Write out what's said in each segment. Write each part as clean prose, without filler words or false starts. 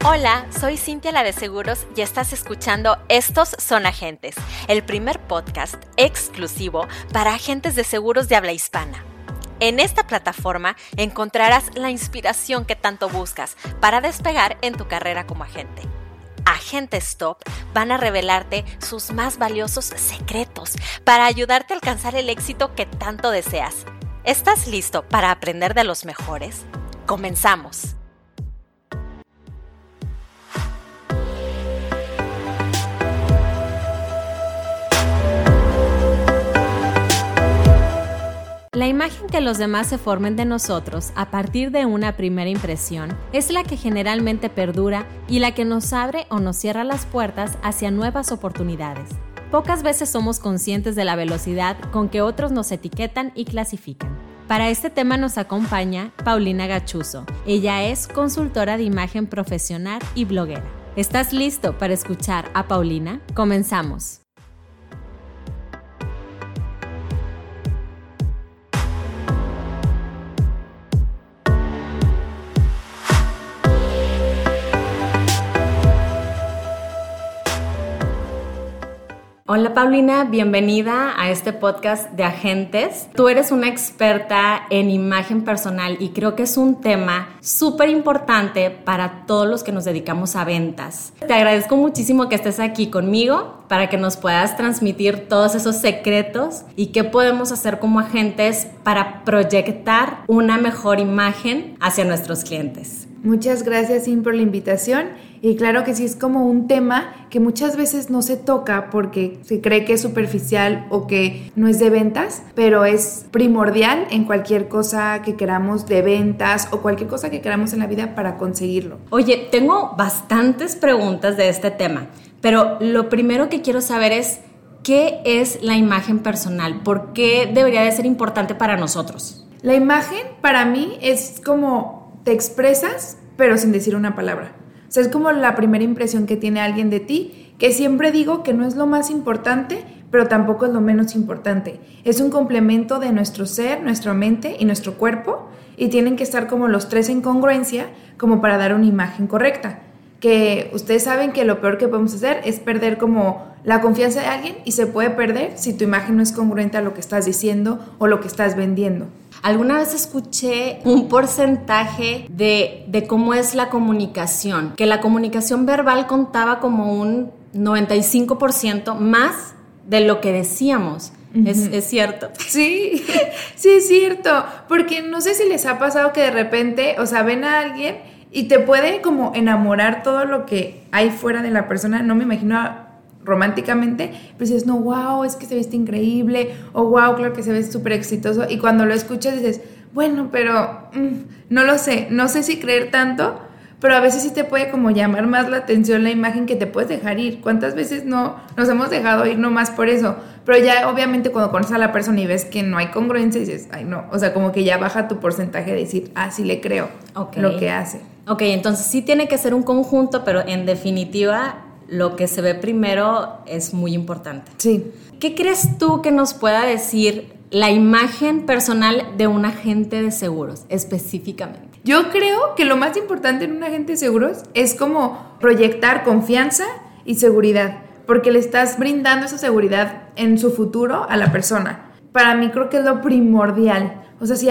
Hola, soy Cintia la de Seguros y estás escuchando Estos Son Agentes, el primer podcast exclusivo para agentes de seguros de habla hispana. En esta plataforma encontrarás la inspiración que tanto buscas para despegar en tu carrera como agente. Agentes Top van a revelarte sus más valiosos secretos para ayudarte a alcanzar el éxito que tanto deseas. ¿Estás listo para aprender de los mejores? ¡Comenzamos! La imagen que los demás se formen de nosotros a partir de una primera impresión es la que generalmente perdura y la que nos abre o nos cierra las puertas hacia nuevas oportunidades. Pocas veces somos conscientes de la velocidad con que otros nos etiquetan y clasifican. Para este tema nos acompaña Paulina Gachuso. Ella es consultora de imagen profesional y bloguera. ¿Estás listo para escuchar a Paulina? Comenzamos. Hola Paulina, bienvenida a este podcast de agentes. Tú eres una experta en imagen personal y creo que es un tema súper importante para todos los que nos dedicamos a ventas. Te agradezco muchísimo que estés aquí conmigo para que nos puedas transmitir todos esos secretos y qué podemos hacer como agentes para proyectar una mejor imagen hacia nuestros clientes. Muchas gracias, Sim, por la invitación. Y claro que sí, es como un tema que muchas veces no se toca porque se cree que es superficial o que no es de ventas, pero es primordial en cualquier cosa que queramos de ventas o cualquier cosa que queramos en la vida para conseguirlo. Oye, tengo bastantes preguntas de este tema, pero lo primero que quiero saber es ¿qué es la imagen personal? ¿Por qué debería de ser importante para nosotros? La imagen para mí es como te expresas, pero sin decir una palabra. O sea, es como la primera impresión que tiene alguien de ti, que siempre digo que no es lo más importante, pero tampoco es lo menos importante. Es un complemento de nuestro ser, nuestra mente y nuestro cuerpo, y tienen que estar como los tres en congruencia como para dar una imagen correcta. Que ustedes saben que lo peor que podemos hacer es perder como la confianza de alguien, y se puede perder si tu imagen no es congruente a lo que estás diciendo o lo que estás vendiendo. Alguna vez escuché un porcentaje de cómo es la comunicación, que la comunicación verbal contaba como un 95% más de lo que decíamos. Uh-huh. ¿Es cierto? Sí, sí es cierto, porque no sé si les ha pasado que de repente, o sea, ven a alguien y te puede como enamorar todo lo que hay fuera de la persona. No me imagino románticamente, pero dices, no, wow, es que se viste increíble, o wow, claro que se ve súper exitoso, y cuando lo escuchas dices, bueno, pero no lo sé, no sé si creer tanto, pero a veces sí te puede como llamar más la atención la imagen que te puedes dejar ir. ¿Cuántas veces no nos hemos dejado ir nomás por eso? Pero ya obviamente cuando conoces a la persona y ves que no hay congruencia, dices, ay no, o sea, como que ya baja tu porcentaje de decir, sí le creo lo que hace. Ok, entonces sí tiene que ser un conjunto, pero en definitiva lo que se ve primero es muy importante. Sí. ¿Qué crees tú que nos pueda decir la imagen personal de un agente de seguros específicamente? Yo creo que lo más importante en un agente de seguros es como proyectar confianza y seguridad, porque le estás brindando esa seguridad en su futuro a la persona. Para mí creo que es lo primordial. O sea, si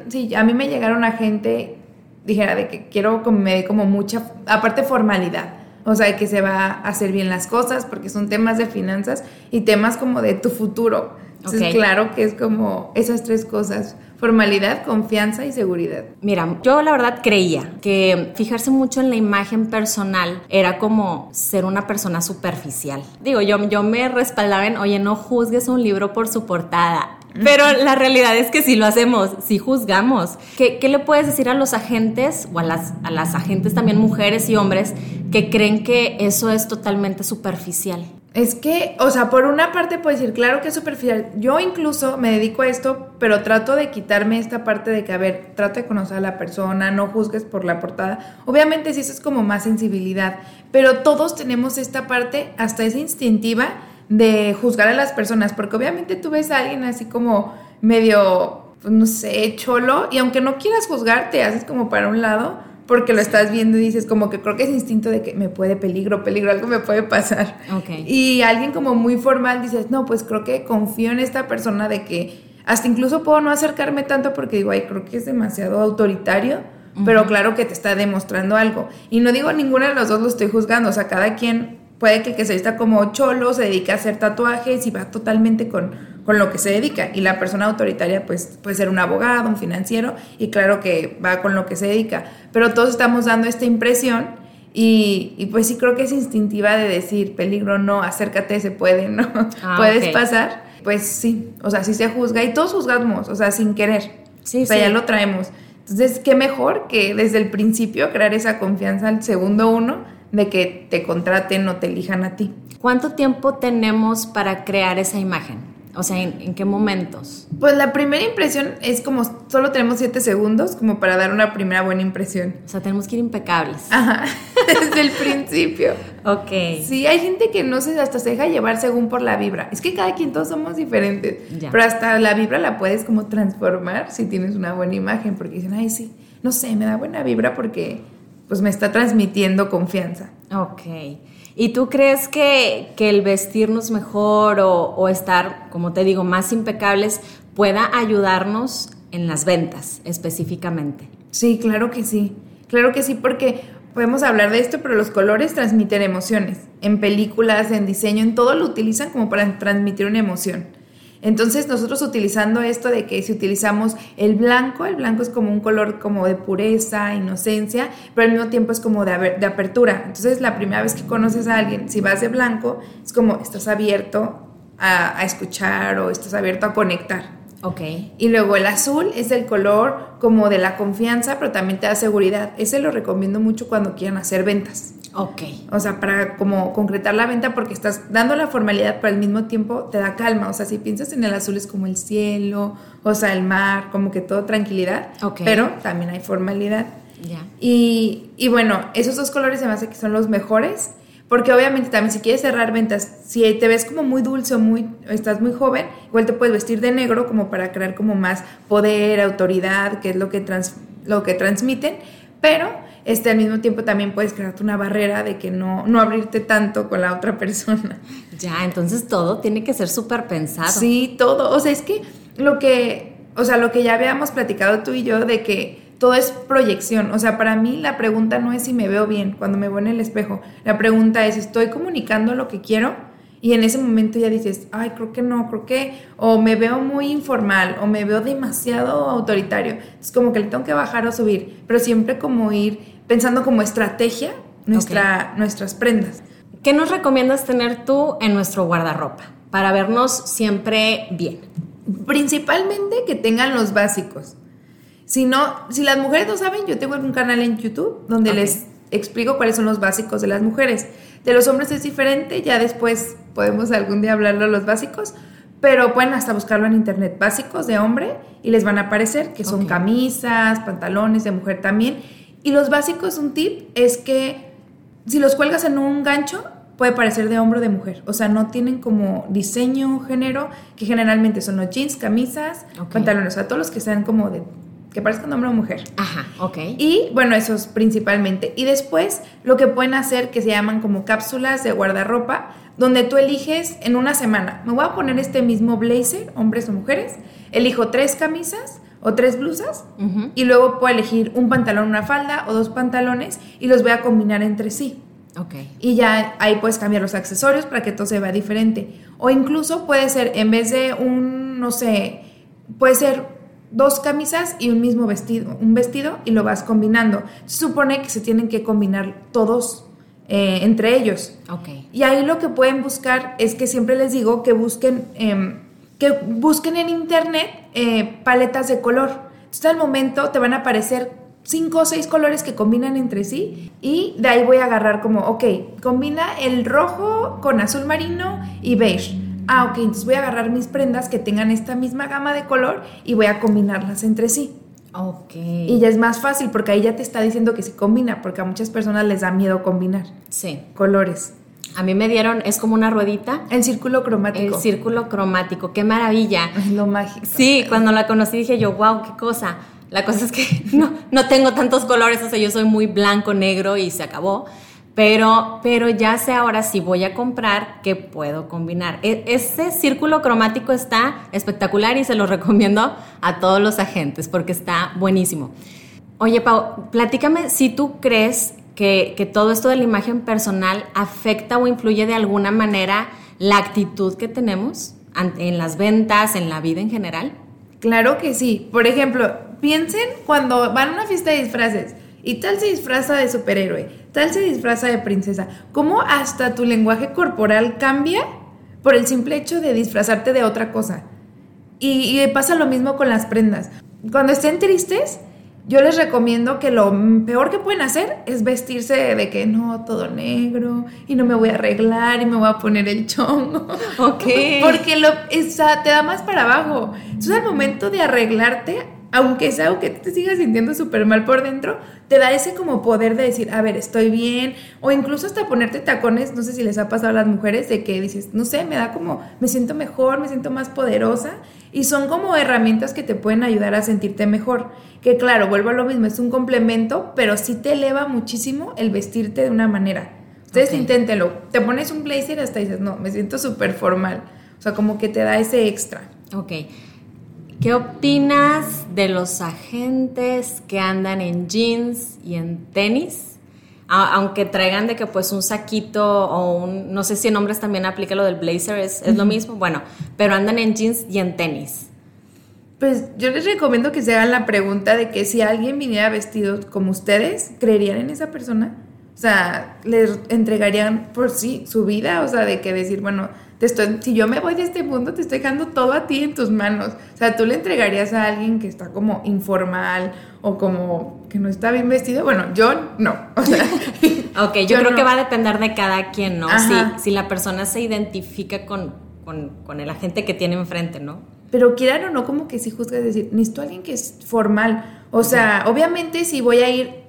a mí me llegara un agente, dijera de que quiero que me dé como mucha, aparte formalidad. O sea, que se va a hacer bien las cosas porque son temas de finanzas y temas como de tu futuro. Entonces, claro que es como esas tres cosas: formalidad, confianza y seguridad. Mira, yo la verdad creía que fijarse mucho en la imagen personal era como ser una persona superficial. Digo, yo me respaldaba en, oye, no juzgues un libro por su portada. Pero la realidad es que sí lo hacemos, sí juzgamos. ¿Qué le puedes decir a los agentes o a las agentes también, mujeres y hombres, que creen que eso es totalmente superficial? Es que, o sea, por una parte puedes decir, claro que es superficial. Yo incluso me dedico a esto, pero trato de quitarme esta parte de que, a ver, trato de conocer a la persona, no juzgues por la portada. Obviamente sí, eso es como más sensibilidad, pero todos tenemos esta parte, hasta esa instintiva, de juzgar a las personas, porque obviamente tú ves a alguien así como medio, pues no sé, cholo, y aunque no quieras juzgar, te haces como para un lado, porque lo estás viendo y dices como que creo que es instinto de que me puede peligro, algo me puede pasar. Okay. Y alguien como muy formal dices, no, pues creo que confío en esta persona de que hasta incluso puedo no acercarme tanto porque digo, ay, creo que es demasiado autoritario, pero claro que te está demostrando algo. Y no digo ninguno de los dos lo estoy juzgando, o sea, cada quien puede que el que se vista como cholo se dedique a hacer tatuajes y va totalmente con lo que se dedica. Y la persona autoritaria pues puede ser un abogado, un financiero, y claro que va con lo que se dedica. Pero todos estamos dando esta impresión y pues sí creo que es instintiva de decir, peligro no, acércate, se puede, ¿no? Puedes pasar. Pues sí, o sea, sí se juzga y todos juzgamos, o sea, sin querer. Sí, o sea, ya lo traemos. Entonces, qué mejor que desde el principio crear esa confianza al segundo uno de que te contraten o te elijan a ti. ¿Cuánto tiempo tenemos para crear esa imagen? O sea, ¿en qué momentos? Pues la primera impresión es como, solo tenemos 7 segundos como para dar una primera buena impresión. O sea, tenemos que ir impecables. Ajá, desde el principio. Ok. Sí, hay gente que no sé, hasta se deja llevar según por la vibra. Es que cada quien, todos somos diferentes. Ya. Pero hasta la vibra la puedes como transformar si tienes una buena imagen. Porque dicen, ay, sí, no sé, me da buena vibra porque pues me está transmitiendo confianza. Ok. ¿Y tú crees que el vestirnos mejor o estar, como te digo, más impecables pueda ayudarnos en las ventas específicamente? Sí, claro que sí. Claro que sí, porque podemos hablar de esto, pero los colores transmiten emociones. En películas, en diseño, en todo lo utilizan como para transmitir una emoción. Entonces nosotros utilizando esto de que si utilizamos el blanco es como un color como de pureza, inocencia, pero al mismo tiempo es como de apertura. Entonces la primera vez que conoces a alguien, si vas de blanco, es como estás abierto a escuchar o estás abierto a conectar. Okay. Y luego el azul es el color como de la confianza, pero también te da seguridad. Ese lo recomiendo mucho cuando quieran hacer ventas. Ok. O sea, para como concretar la venta porque estás dando la formalidad, pero al mismo tiempo te da calma. O sea, si piensas en el azul es como el cielo, o sea, el mar, como que todo tranquilidad. Okay. Pero también hay formalidad. Ya. Y bueno, esos dos colores se me hace que son los mejores. Porque obviamente también si quieres cerrar ventas, si te ves como muy dulce o estás muy joven, igual te puedes vestir de negro como para crear como más poder, autoridad, que es lo que transmiten, pero al mismo tiempo también puedes crearte una barrera de que no abrirte tanto con la otra persona. Ya, entonces todo tiene que ser súper pensado. Sí, todo, o sea, es que lo que ya habíamos platicado tú y yo de que todo es proyección, o sea, para mí la pregunta no es si me veo bien cuando me veo en el espejo, la pregunta es, ¿estoy comunicando lo que quiero? Y en ese momento ya dices, ay, creo que no, o me veo muy informal, o me veo demasiado autoritario, es como que le tengo que bajar o subir, pero siempre como ir pensando como estrategia nuestras prendas. ¿Qué nos recomiendas tener tú en nuestro guardarropa para vernos siempre bien? Principalmente que tengan los básicos. Si las mujeres no saben, yo tengo un canal en YouTube donde les explico cuáles son los básicos de las mujeres. De los hombres es diferente, ya después podemos algún día hablarlo de los básicos, pero pueden hasta buscarlo en internet, básicos de hombre, y les van a aparecer que son camisas, pantalones de mujer también. Y los básicos, un tip es que si los cuelgas en un gancho, puede parecer de hombre o de mujer. O sea, no tienen como diseño, género, que generalmente son los jeans, camisas, pantalones, o sea, todos los que sean como que parezcan hombre o mujer. Ajá, ok. Y bueno, esos principalmente. Y después lo que pueden hacer que se llaman como cápsulas de guardarropa, donde tú eliges en una semana, me voy a poner este mismo blazer, hombres o mujeres, elijo 3 camisas o 3 blusas, y luego puedo elegir un pantalón, una falda o 2 pantalones y los voy a combinar entre sí. Okay. Y ya ahí puedes cambiar los accesorios para que todo se vea diferente. O incluso puede ser, en vez de puede ser 2 camisas y un mismo vestido, y lo vas combinando. Se supone que se tienen que combinar todos entre ellos. Okay. Y ahí lo que pueden buscar es que siempre les digo que busquen en internet paletas de color. Entonces al momento te van a aparecer 5 o 6 colores que combinan entre sí y de ahí voy a agarrar como, combina el rojo con azul marino y beige. Entonces voy a agarrar mis prendas que tengan esta misma gama de color y voy a combinarlas entre sí. Ok. Y ya es más fácil porque ahí ya te está diciendo que se combina, porque a muchas personas les da miedo combinar colores. A mí me dieron, es como una ruedita. El círculo cromático. El círculo cromático, qué maravilla. Es lo mágico. Sí, cuando la conocí dije yo, wow, qué cosa. La cosa es que no tengo tantos colores, o sea, yo soy muy blanco, negro y se acabó. Pero ya sé ahora si voy a comprar qué puedo combinar. Ese círculo cromático está espectacular y se lo recomiendo a todos los agentes porque está buenísimo. Oye, Pau, platícame si tú crees que todo esto de la imagen personal afecta o influye de alguna manera la actitud que tenemos en las ventas, en la vida en general. Claro que sí. Por ejemplo, piensen cuando van a una fiesta de disfraces y tal se disfraza de superhéroe, tal se disfraza de princesa. ¿Cómo hasta tu lenguaje corporal cambia por el simple hecho de disfrazarte de otra cosa? Y pasa lo mismo con las prendas. Cuando estén tristes, yo les recomiendo que lo peor que pueden hacer es vestirse de que no, todo negro y no me voy a arreglar y me voy a poner el chongo. Ok. Porque te da más para abajo. Entonces al momento de arreglarte, aunque te sigas sintiendo súper mal por dentro, te da ese como poder de decir, a ver, estoy bien, o incluso hasta ponerte tacones, no sé si les ha pasado a las mujeres, de que dices, no sé, me siento mejor, me siento más poderosa, y son como herramientas que te pueden ayudar a sentirte mejor, que claro, vuelvo a lo mismo, es un complemento, pero sí te eleva muchísimo el vestirte de una manera. Ustedes inténtenlo, te pones un blazer hasta dices, no, me siento súper formal, o sea, como que te da ese extra. Ok. ¿Qué opinas de los agentes que andan en jeans y en tenis? Aunque traigan de que pues un saquito o no sé si en hombres también aplica lo del blazer, es lo mismo, bueno, pero andan en jeans y en tenis. Pues yo les recomiendo que se hagan la pregunta de que si alguien viniera vestido como ustedes, ¿creerían en esa persona? O sea, ¿les entregarían por sí su vida? O sea, de que decir, bueno, si yo me voy de este mundo, te estoy dejando todo a ti en tus manos. O sea, ¿tú le entregarías a alguien que está como informal o como que no está bien vestido? Bueno, yo no. O sea, ok, yo creo que va a depender de cada quien, ¿no? Si la persona se identifica con el agente que tiene enfrente, ¿no? Pero quieran o no, como que sí juzgas decir, necesito a alguien que es formal. O sea, obviamente si voy a ir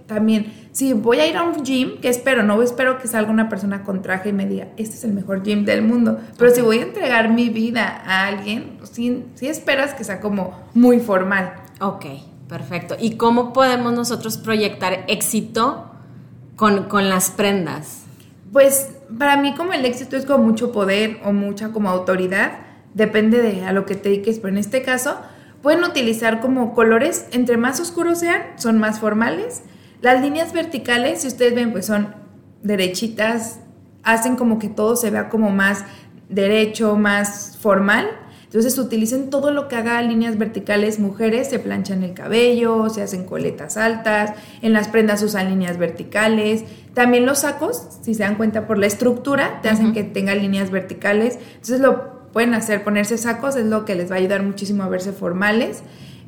a un gym, que no espero que salga una persona con traje y me diga, este es el mejor gym del mundo. Pero si voy a entregar mi vida a alguien, sí esperas que sea como muy formal. Ok, perfecto. ¿Y cómo podemos nosotros proyectar éxito con las prendas? Pues para mí como el éxito es como mucho poder o mucha como autoridad, depende de a lo que te dediques, pero en este caso pueden utilizar como colores, entre más oscuros sean, son más formales. Las líneas verticales, si ustedes ven, pues son derechitas, hacen como que todo se vea como más derecho, más formal. Entonces utilicen todo lo que haga líneas verticales. Mujeres se planchan el cabello, se hacen coletas altas, en las prendas usan líneas verticales. También los sacos, si se dan cuenta por la estructura, te hacen que tengan líneas verticales. Entonces lo pueden hacer, ponerse sacos, es lo que les va a ayudar muchísimo a verse formales.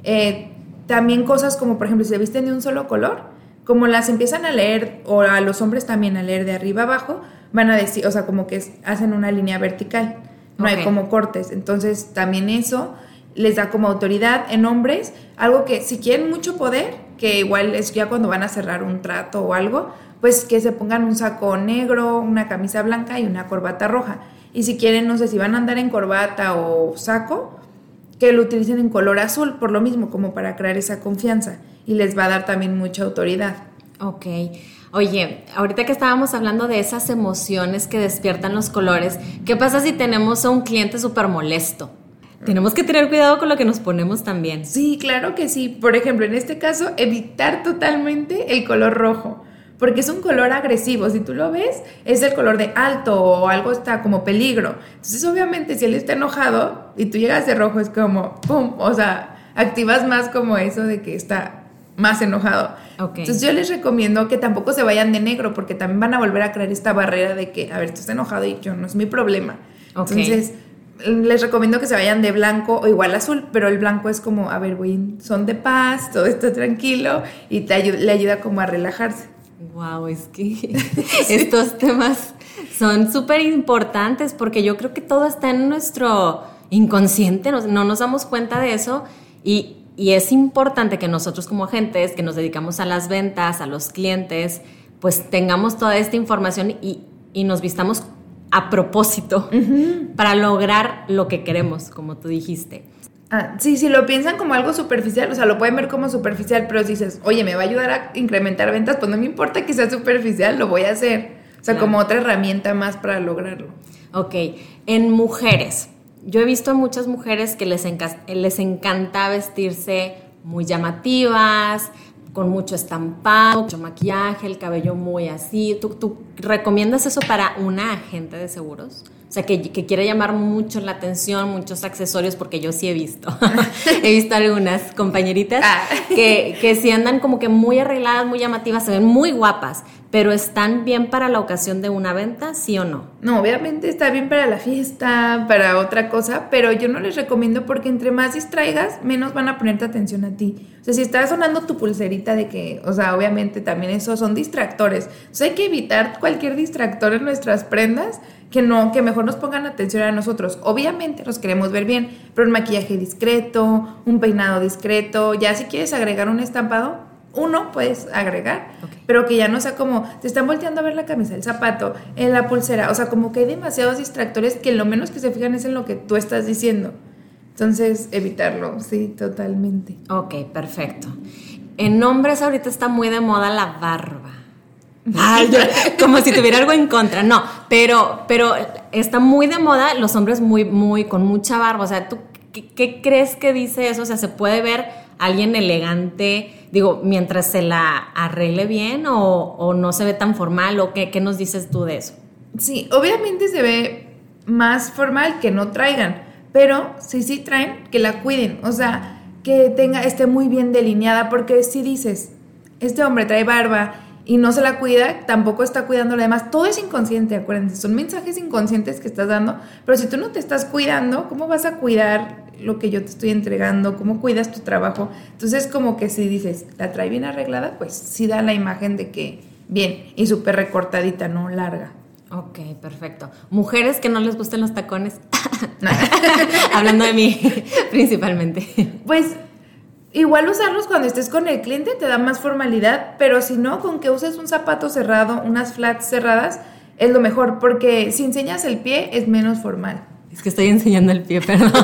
También cosas como, por ejemplo, si se visten de un solo color, como las empiezan a leer, o a los hombres también a leer de arriba abajo, van a decir, o sea, como que hacen una línea vertical, no hay como cortes. Entonces también eso les da como autoridad. En hombres, algo que si quieren mucho poder, que igual es ya cuando van a cerrar un trato o algo, pues que se pongan un saco negro, una camisa blanca y una corbata roja. Y si quieren, no sé, si van a andar en corbata o saco, que lo utilicen en color azul, por lo mismo, como para crear esa confianza, y les va a dar también mucha autoridad. Ok. Oye, ahorita que estábamos hablando de esas emociones que despiertan los colores, ¿qué pasa si tenemos a un cliente súper molesto? Tenemos que tener cuidado con lo que nos ponemos también. Sí, claro que sí. Por ejemplo, en este caso, evitar totalmente el color rojo, porque es un color agresivo. Si tú lo ves, es el color de alto o algo está como peligro. Entonces, obviamente, si él está enojado y tú llegas de rojo, es como ¡pum! O sea, activas más como eso de que está más enojado. Okay. Entonces, yo les recomiendo que tampoco se vayan de negro, porque también van a volver a crear esta barrera de que, a ver, tú estás enojado y yo no es mi problema. Okay. Entonces, les recomiendo que se vayan de blanco o igual azul, pero el blanco es como, a ver, güey, son de paz, todo está tranquilo y le ayuda como a relajarse. Wow, es que estos temas son súper importantes porque yo creo que todo está en nuestro inconsciente, no nos damos cuenta de eso y es importante que nosotros como agentes que nos dedicamos a las ventas, a los clientes, pues tengamos toda esta información y nos vistamos a propósito para lograr lo que queremos, como tú dijiste. Sí, si lo piensan como algo superficial, o sea, lo pueden ver como superficial, pero si dices, oye, me va a ayudar a incrementar ventas, pues no me importa que sea superficial, lo voy a hacer. O sea, como otra herramienta más para lograrlo. Ok, en mujeres, yo he visto a muchas mujeres que les encanta vestirse muy llamativas, con mucho estampado, mucho maquillaje, el cabello muy así. ¿Tú recomiendas eso para una agente de seguros? O sea, que quiere llamar mucho la atención, muchos accesorios, porque yo sí he visto. He visto algunas compañeritas que sí andan como que muy arregladas, muy llamativas, se ven muy guapas, pero ¿están bien para la ocasión de una venta, sí o no? No, obviamente está bien para la fiesta, para otra cosa, pero yo no les recomiendo porque entre más distraigas, menos van a ponerte atención a ti. O sea, si está sonando tu pulserita de que, o sea, obviamente también esos son distractores. Entonces hay que evitar cualquier distractor en nuestras prendas, que mejor nos pongan atención a nosotros. Obviamente nos queremos ver bien, pero un maquillaje discreto, un peinado discreto, ya si quieres agregar un estampado, uno puedes agregar, pero que ya no sea como, te están volteando a ver la camisa, el zapato, la pulsera, o sea, como que hay demasiados distractores que lo menos que se fijan es en lo que tú estás diciendo. Entonces, evitarlo, sí, totalmente. Ok, perfecto. En hombres ahorita está muy de moda la barba. Ay, como si tuviera algo en contra. No, pero está muy de moda los hombres muy con mucha barba. O sea, ¿tú qué crees que dice eso? O sea, ¿se puede ver alguien elegante, digo, mientras se la arregle bien o no se ve tan formal? ¿O qué nos dices tú de eso? Sí, obviamente se ve más formal que no traigan, pero sí traen, que la cuiden. O sea, que esté muy bien delineada, porque si dices, este hombre trae barba y no se la cuida, tampoco está cuidando lo demás. Todo es inconsciente, acuérdense, son mensajes inconscientes que estás dando, pero si tú no te estás cuidando, ¿cómo vas a cuidar lo que yo te estoy entregando? ¿Cómo cuidas tu trabajo? Entonces, como que si dices, la trae bien arreglada, pues sí da la imagen de que bien, y súper recortadita, no larga. Ok, perfecto. Mujeres que no les gusten los tacones. Hablando de mí, principalmente. Pues igual usarlos cuando estés con el cliente te da más formalidad, pero si no, con que uses un zapato cerrado, unas flats cerradas, es lo mejor, porque si enseñas el pie es menos formal. Es que estoy enseñando el pie, perdón.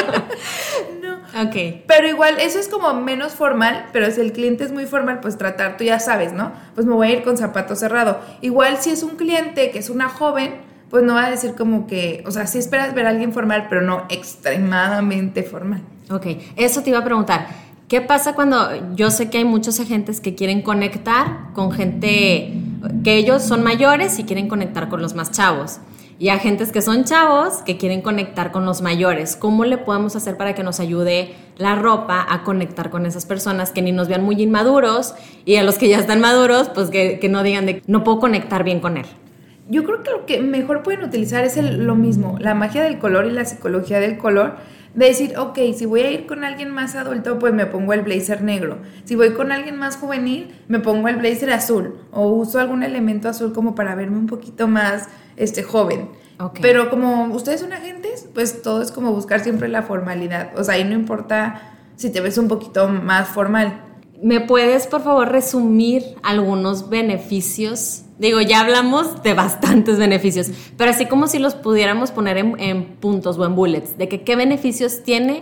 No. Ok. Pero igual, eso es como menos formal, pero si el cliente es muy formal, pues tratar, tú ya sabes, ¿no? Pues me voy a ir con zapato cerrado. Igual si es un cliente que es una joven, pues no va a decir como que, o sea, sí esperas ver a alguien formal, pero no extremadamente formal. Ok, eso te iba a preguntar. ¿Qué pasa cuando yo sé que hay muchos agentes que quieren conectar con gente que ellos son mayores y quieren conectar con los más chavos? Y agentes que son chavos que quieren conectar con los mayores. ¿Cómo le podemos hacer para que nos ayude la ropa a conectar con esas personas que ni nos vean muy inmaduros y a los que ya están maduros, pues que no digan de no puedo conectar bien con él? Yo creo que lo que mejor pueden utilizar es lo mismo, la magia del color y la psicología del color, de decir, ok, si voy a ir con alguien más adulto, pues me pongo el blazer negro. Si voy con alguien más juvenil, me pongo el blazer azul o uso algún elemento azul como para verme un poquito más joven. Okay. Pero como ustedes son agentes, pues todo es como buscar siempre la formalidad. O sea, ahí no importa si te ves un poquito más formal. ¿Me puedes, por favor, resumir algunos beneficios? Digo, ya hablamos de bastantes beneficios, pero así como si los pudiéramos poner en puntos o en bullets, de que qué beneficios tiene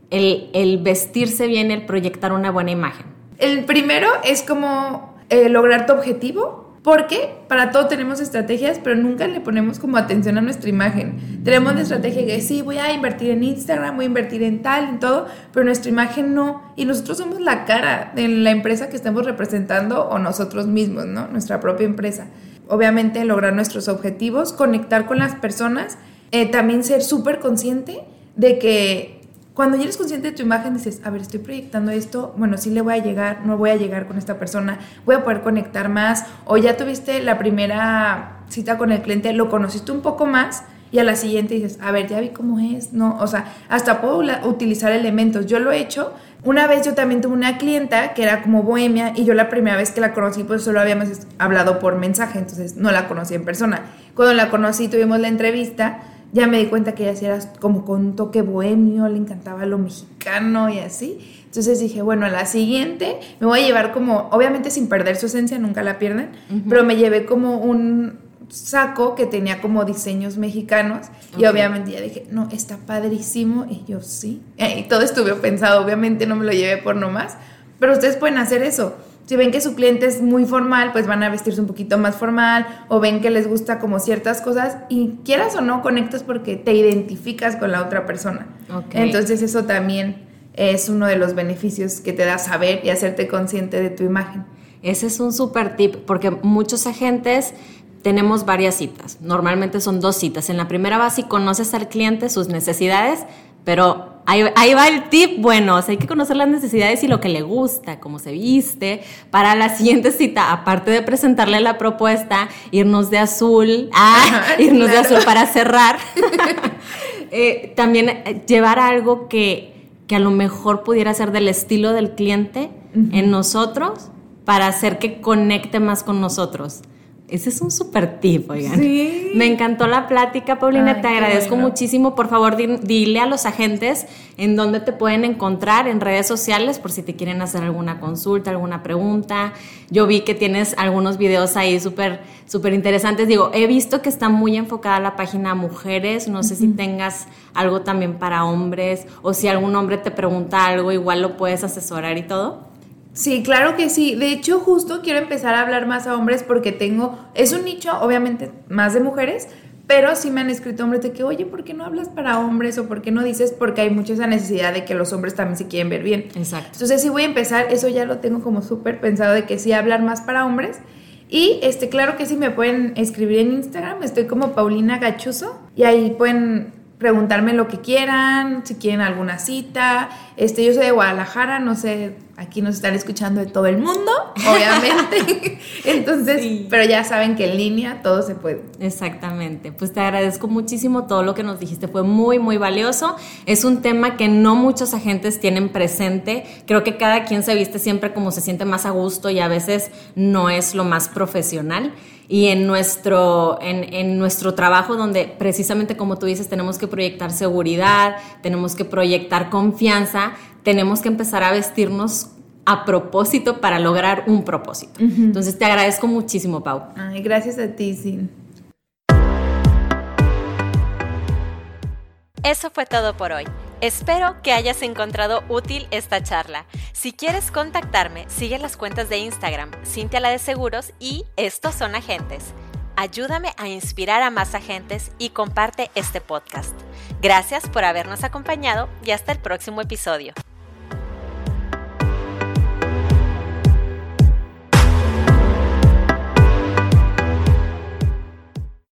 el vestirse bien, el proyectar una buena imagen. El primero es como lograr tu objetivo, porque para todo tenemos estrategias, pero nunca le ponemos como atención a nuestra imagen. Tenemos la estrategia que sí, voy a invertir en Instagram, voy a invertir en tal, en todo, pero nuestra imagen no. Y nosotros somos la cara de la empresa que estemos representando o nosotros mismos, ¿no? Nuestra propia empresa. Obviamente lograr nuestros objetivos, conectar con las personas, también ser súper consciente de que cuando ya eres consciente de tu imagen dices, a ver, estoy proyectando esto, bueno, sí le voy a llegar, no voy a llegar con esta persona, voy a poder conectar más, o ya tuviste la primera cita con el cliente, lo conociste un poco más y a la siguiente dices, a ver, ya vi cómo es, no, o sea, hasta puedo utilizar elementos. Yo lo he hecho. Una vez yo también tuve una clienta que era como bohemia y yo la primera vez que la conocí pues solo habíamos hablado por mensaje, entonces no la conocí en persona. Cuando la conocí, tuvimos la entrevista, ya me di cuenta que ella sí era como con un toque bohemio, le encantaba lo mexicano y así. Entonces dije, bueno, a la siguiente me voy a llevar como, obviamente sin perder su esencia, nunca la pierden, pero me llevé como saco que tenía como diseños mexicanos y obviamente ya dije, no, está padrísimo, y yo sí, y todo estuvo pensado, obviamente no me lo llevé por nomás, pero ustedes pueden hacer eso. Si ven que su cliente es muy formal, pues van a vestirse un poquito más formal, o ven que les gusta como ciertas cosas y quieras o no conectas porque te identificas con la otra persona. Okay. Entonces eso también es uno de los beneficios que te da saber y hacerte consciente de tu imagen. Ese es un súper tip, porque muchos agentes tenemos varias citas. Normalmente son 2 citas. En la primera vas y conoces al cliente, sus necesidades, pero ahí va el tip bueno. O sea, hay que conocer las necesidades y lo que le gusta, cómo se viste. Para la siguiente cita, aparte de presentarle la propuesta, irnos de azul. Irnos claro. De azul para cerrar. También llevar algo que a lo mejor pudiera ser del estilo del cliente en nosotros, para hacer que conecte más con nosotros. Ese es un súper tip, oigan. Sí. Me encantó la plática, Paulina. Te agradezco muchísimo. Por favor, dile a los agentes en dónde te pueden encontrar en redes sociales por si te quieren hacer alguna consulta, alguna pregunta. Yo vi que tienes algunos videos ahí súper interesantes. Digo, he visto que está muy enfocada la página a mujeres. No sé si tengas algo también para hombres, o si algún hombre te pregunta algo, igual lo puedes asesorar y todo. Sí, claro que sí. De hecho, justo quiero empezar a hablar más a hombres porque es un nicho, obviamente, más de mujeres, pero sí me han escrito hombres de que, oye, ¿por qué no hablas para hombres? O ¿por qué no dices? Porque hay mucha esa necesidad de que los hombres también se quieren ver bien. Exacto. Entonces sí voy a empezar, eso ya lo tengo como súper pensado de que sí hablar más para hombres. Y claro que sí me pueden escribir en Instagram, estoy como Paulina Gachuso, y ahí pueden preguntarme lo que quieran, si quieren alguna cita. Yo soy de Guadalajara, no sé, aquí nos están escuchando de todo el mundo, obviamente. Entonces, sí. Pero ya saben que en línea todo se puede. Exactamente. Pues te agradezco muchísimo todo lo que nos dijiste, fue muy, muy valioso. Es un tema que no muchos agentes tienen presente. Creo que cada quien se viste siempre como se siente más a gusto y a veces no es lo más profesional. Y en nuestro trabajo, donde precisamente como tú dices, tenemos que proyectar seguridad, tenemos que proyectar confianza, tenemos que empezar a vestirnos a propósito para lograr un propósito. Entonces te agradezco muchísimo, Pau. Ay, gracias a ti, Sin. Eso fue todo por hoy. Espero que hayas encontrado útil esta charla. Si quieres contactarme, sigue las cuentas de Instagram, Cintia la de Seguros y Estos Son Agentes. Ayúdame a inspirar a más agentes y comparte este podcast. Gracias por habernos acompañado y hasta el próximo episodio.